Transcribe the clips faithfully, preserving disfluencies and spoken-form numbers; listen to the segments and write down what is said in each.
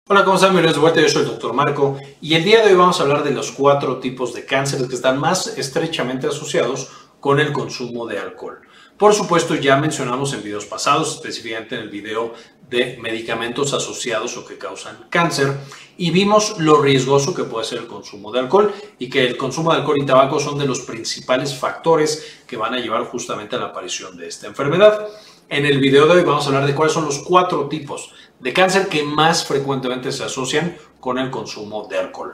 Hola, ¿cómo están? Bienvenidos de vuelta, yo soy el doctor Marco y el día de hoy vamos a hablar de los cuatro tipos de cánceres que están más estrechamente asociados con el consumo de alcohol. Por supuesto, ya mencionamos en videos pasados, específicamente en el video de medicamentos asociados o que causan cáncer, y vimos lo riesgoso que puede ser el consumo de alcohol y que el consumo de alcohol y tabaco son de los principales factores que van a llevar justamente a la aparición de esta enfermedad. En el video de hoy vamos a hablar de cuáles son los cuatro tipos de cáncer que más frecuentemente se asocian con el consumo de alcohol.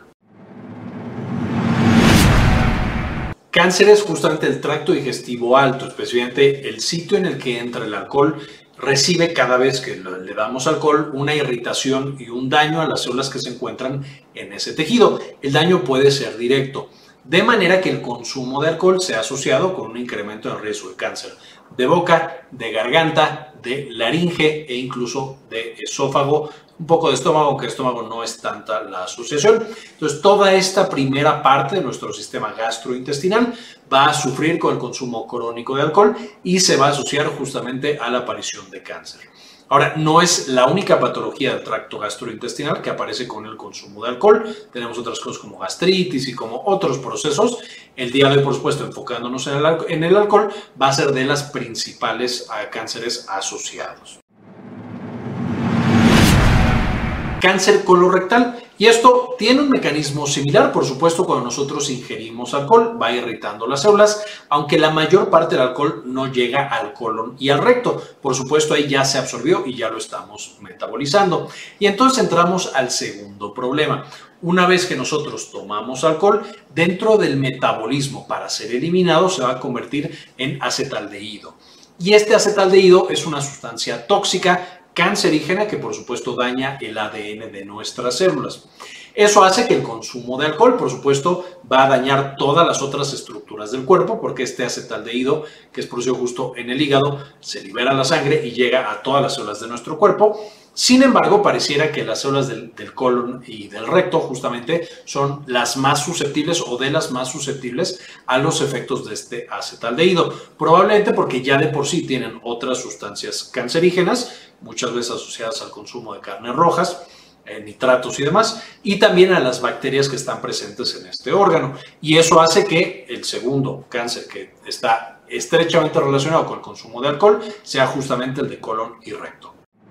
Cáncer es justamente el tracto digestivo alto, especialmente el sitio en el que entra el alcohol. Recibe cada vez que le damos alcohol una irritación y un daño a las células que se encuentran en ese tejido. El daño puede ser directo, de manera que el consumo de alcohol se ha asociado con un incremento en el riesgo de cáncer de boca, de garganta, de laringe e incluso de esófago, un poco de estómago, aunque el estómago no es tanta la asociación. Entonces, toda esta primera parte de nuestro sistema gastrointestinal va a sufrir con el consumo crónico de alcohol y se va a asociar justamente a la aparición de cáncer. Ahora, no es la única patología del tracto gastrointestinal que aparece con el consumo de alcohol. Tenemos otras cosas como gastritis y como otros procesos. El día de hoy, por supuesto, enfocándonos en el, en el alcohol, va a ser de las principales uh, cánceres asociados. Cáncer colorectal. Y esto tiene un mecanismo similar, por supuesto, cuando nosotros ingerimos alcohol, va irritando las células, aunque la mayor parte del alcohol no llega al colon y al recto. Por supuesto, ahí ya se absorbió y ya lo estamos metabolizando. Y entonces entramos al segundo problema. Una vez que nosotros tomamos alcohol, dentro del metabolismo para ser eliminado se va a convertir en acetaldehído. Y este acetaldehído es una sustancia tóxica, cancerígena, que por supuesto daña el A D N de nuestras células. Eso hace que el consumo de alcohol, por supuesto, va a dañar todas las otras estructuras del cuerpo, porque este acetaldehído, que es producido justo en el hígado, se libera a la sangre y llega a todas las células de nuestro cuerpo. Sin embargo, pareciera que las células del, del colon y del recto justamente son las más susceptibles o de las más susceptibles a los efectos de este acetaldehído. Probablemente porque ya de por sí tienen otras sustancias cancerígenas, muchas veces asociadas al consumo de carnes rojas, eh, nitratos y demás, y también a las bacterias que están presentes en este órgano. Y eso hace que el segundo cáncer que está estrechamente relacionado con el consumo de alcohol sea justamente el de colon y recto.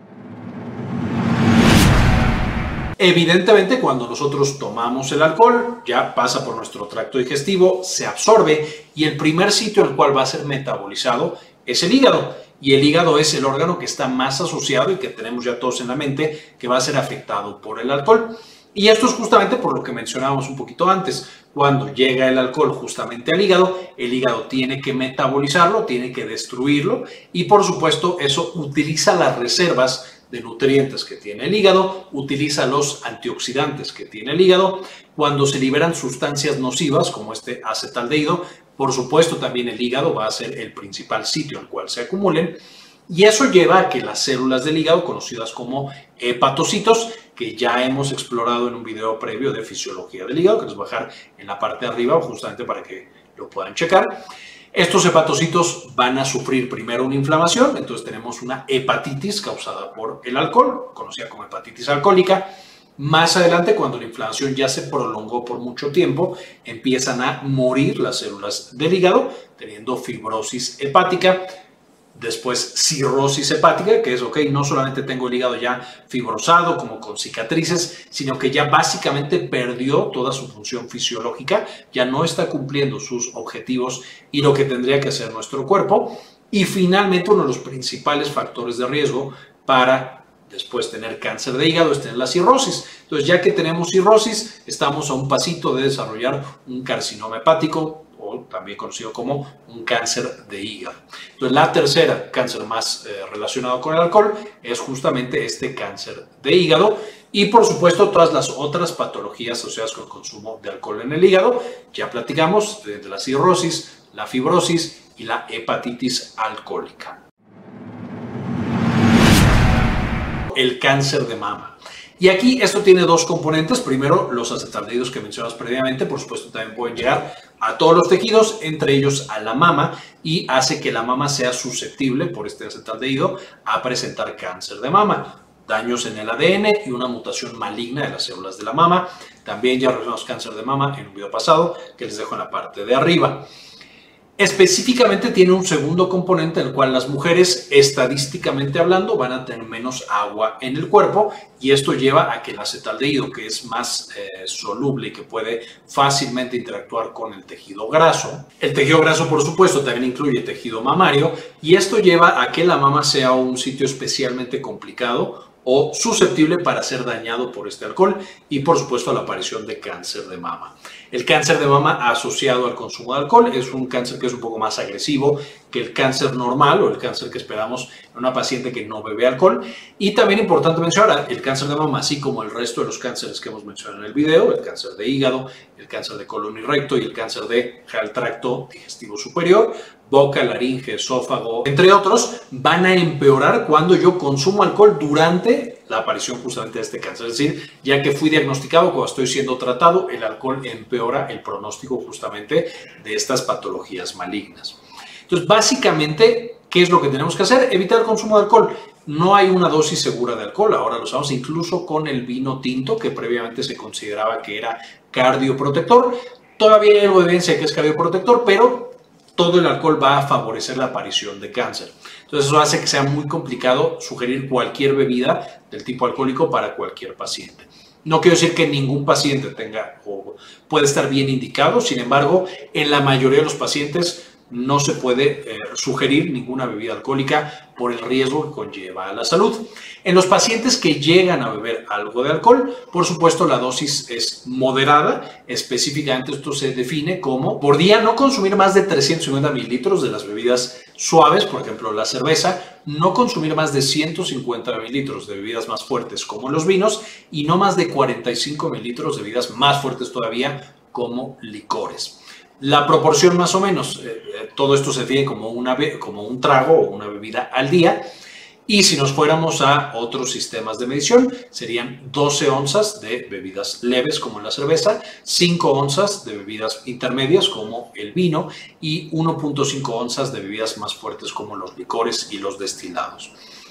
Evidentemente, cuando nosotros tomamos el alcohol, ya pasa por nuestro tracto digestivo, se absorbe y el primer sitio en el cual va a ser metabolizado es el hígado. Y el hígado es el órgano que está más asociado y que tenemos ya todos en la mente que va a ser afectado por el alcohol. Y esto es justamente por lo que mencionábamos un poquito antes. Cuando llega el alcohol justamente al hígado, el hígado tiene que metabolizarlo, tiene que destruirlo y por supuesto eso utiliza las reservas de nutrientes que tiene el hígado, utiliza los antioxidantes que tiene el hígado. Cuando se liberan sustancias nocivas como este acetaldehído, por supuesto también el hígado va a ser el principal sitio en el cual se acumulen y eso lleva a que las células del hígado, conocidas como hepatocitos, que ya hemos explorado en un video previo de fisiología del hígado, que les voy a dejar en la parte de arriba justamente para que lo puedan checar. Estos hepatocitos van a sufrir primero una inflamación, entonces tenemos una hepatitis causada por el alcohol, conocida como hepatitis alcohólica. Más adelante, cuando la inflamación ya se prolongó por mucho tiempo, empiezan a morir las células del hígado, teniendo fibrosis hepática. Después cirrosis hepática, que es, ok, no solamente tengo el hígado ya fibrosado, como con cicatrices, sino que ya básicamente perdió toda su función fisiológica, ya no está cumpliendo sus objetivos y lo que tendría que hacer nuestro cuerpo. Y finalmente, uno de los principales factores de riesgo para después tener cáncer de hígado es tener la cirrosis. Entonces, ya que tenemos cirrosis, estamos a un pasito de desarrollar un carcinoma hepático, o también conocido como un cáncer de hígado. Entonces, la tercera cáncer más eh, relacionado con el alcohol es justamente este cáncer de hígado y, por supuesto, todas las otras patologías asociadas con el consumo de alcohol en el hígado. Ya platicamos de, de la cirrosis, la fibrosis y la hepatitis alcohólica. El cáncer de mama. Y aquí esto tiene dos componentes. Primero, los acetaldehídos que mencionamos previamente, por supuesto, también pueden llegar a todos los tejidos, entre ellos a la mama, y hace que la mama sea susceptible por este acetaldehído a presentar cáncer de mama. daños en el A D N y una mutación maligna de las células de la mama. También ya revisamos cáncer de mama en un video pasado que les dejo en la parte de arriba. Específicamente tiene un segundo componente en el cual las mujeres, estadísticamente hablando, van a tener menos agua en el cuerpo, y esto lleva a que el acetaldehído, que es más eh, soluble y que puede fácilmente interactuar con el tejido graso. El tejido graso, por supuesto, también incluye tejido mamario, y esto lleva a que la mama sea un sitio especialmente complicado o susceptible para ser dañado por este alcohol y, por supuesto, a la aparición de cáncer de mama. El cáncer de mama asociado al consumo de alcohol es un cáncer que es un poco más agresivo que el cáncer normal o el cáncer que esperamos en una paciente que no bebe alcohol. Y también importante mencionar, el cáncer de mama, así como el resto de los cánceres que hemos mencionado en el video, el cáncer de hígado, el cáncer de colon y recto y el cáncer de tracto digestivo superior, boca, laringe, esófago, entre otros, van a empeorar cuando yo consumo alcohol durante la aparición justamente de este cáncer. Es decir, ya que fui diagnosticado, cuando estoy siendo tratado, el alcohol empeora el pronóstico justamente de estas patologías malignas. Entonces, básicamente, ¿qué es lo que tenemos que hacer? Evitar el consumo de alcohol. No hay una dosis segura de alcohol, ahora lo sabemos, incluso con el vino tinto, que previamente se consideraba que era cardioprotector. Todavía hay algo de evidencia de que es cardioprotector, pero todo el alcohol va a favorecer la aparición de cáncer. Entonces eso hace que sea muy complicado sugerir cualquier bebida del tipo alcohólico para cualquier paciente. No quiero decir que ningún paciente tenga o puede estar bien indicado, sin embargo, en la mayoría de los pacientes no se puede eh, sugerir ninguna bebida alcohólica por el riesgo que conlleva a la salud. En los pacientes que llegan a beber algo de alcohol, por supuesto la dosis es moderada. Específicamente esto se define como por día no consumir más de trescientos cincuenta mililitros de las bebidas suaves, por ejemplo la cerveza, no consumir más de ciento cincuenta mililitros de bebidas más fuertes como los vinos y no más de cuarenta y cinco mililitros de bebidas más fuertes todavía como licores. La proporción más o menos, eh, todo esto se define como, una, como un trago o una bebida al día, y si nos fuéramos a otros sistemas de medición serían doce onzas de bebidas leves como la cerveza, cinco onzas de bebidas intermedias como el vino y uno punto cinco onzas de bebidas más fuertes como los licores y los destilados.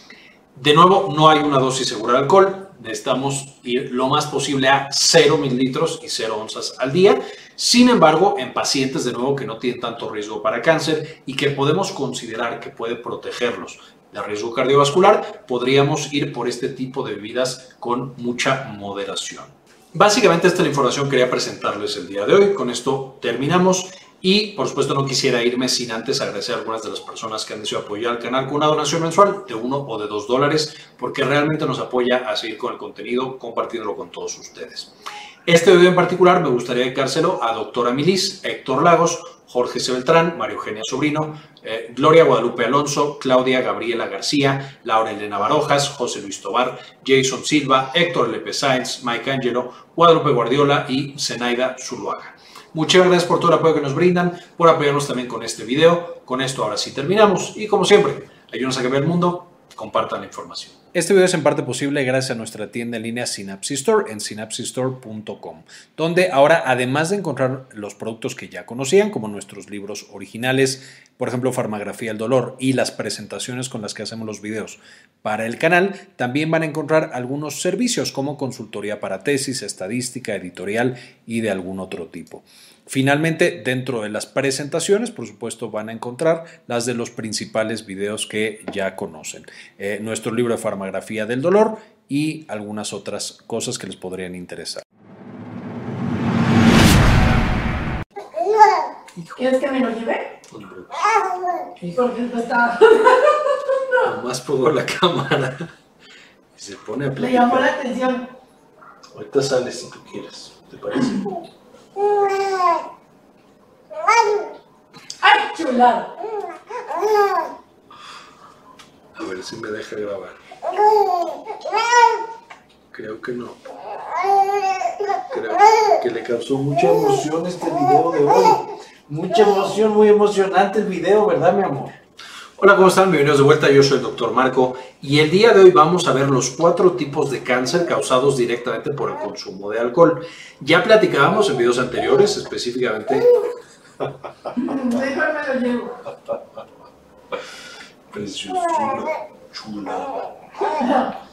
De nuevo, no hay una dosis segura de alcohol, necesitamos ir lo más posible a cero mililitros y cero onzas al día. Sin embargo, en pacientes de nuevo que no tienen tanto riesgo para cáncer y que podemos considerar que puede protegerlos de riesgo cardiovascular, podríamos ir por este tipo de bebidas con mucha moderación. Básicamente esta es la información que quería presentarles el día de hoy. Con esto terminamos. Y, por supuesto, no quisiera irme sin antes agradecer a algunas de las personas que han decidido apoyar al canal con una donación mensual de uno o de dos dólares, porque realmente nos apoya a seguir con el contenido, compartiéndolo con todos ustedes. Este video en particular me gustaría dedicárselo a Doctora Milis, Héctor Lagos, Jorge C. Beltrán, María Eugenia Sobrino, eh, Gloria Guadalupe Alonso, Claudia Gabriela García, Laura Elena Barojas, José Luis Tobar, Jason Silva, Héctor Lepe Sáenz, Mike Angelo, Guadalupe Guardiola y Zenaida Zuluaga. Muchas gracias por todo el apoyo que nos brindan, por apoyarnos también con este video. Con esto ahora sí terminamos y, como siempre, ayúdenos a cambiar el mundo, compartan la información. Este video es en parte posible gracias a nuestra tienda en línea Synapsis Store en synapsis store punto com, donde ahora, además de encontrar los productos que ya conocían, como nuestros libros originales, por ejemplo, Farmagrafía del Dolor y las presentaciones con las que hacemos los videos para el canal, también van a encontrar algunos servicios como consultoría para tesis, estadística, editorial y de algún otro tipo. Finalmente, dentro de las presentaciones, por supuesto, van a encontrar las de los principales videos que ya conocen. Eh, nuestro libro de Farmagrafía del Dolor y algunas otras cosas que les podrían interesar. ¿Quieres que me lo lleve? Porque no está... Nomás pongo la cámara y se pone a platicar. Le llamó la atención. Ahorita sales si tú quieres, ¿te parece? ¡Ay, chulada! A ver si me deja grabar. Creo que no. Creo que le causó mucha emoción este video de hoy. Mucha emoción, muy emocionante el video, ¿verdad, mi amor? Hola, ¿cómo están? Bienvenidos de vuelta, yo soy el doctor Marco y el día de hoy vamos a ver los cuatro tipos de cáncer causados directamente por el consumo de alcohol. Ya platicábamos en videos anteriores, específicamente... Mejor me lo llevo. Preciosura, chula.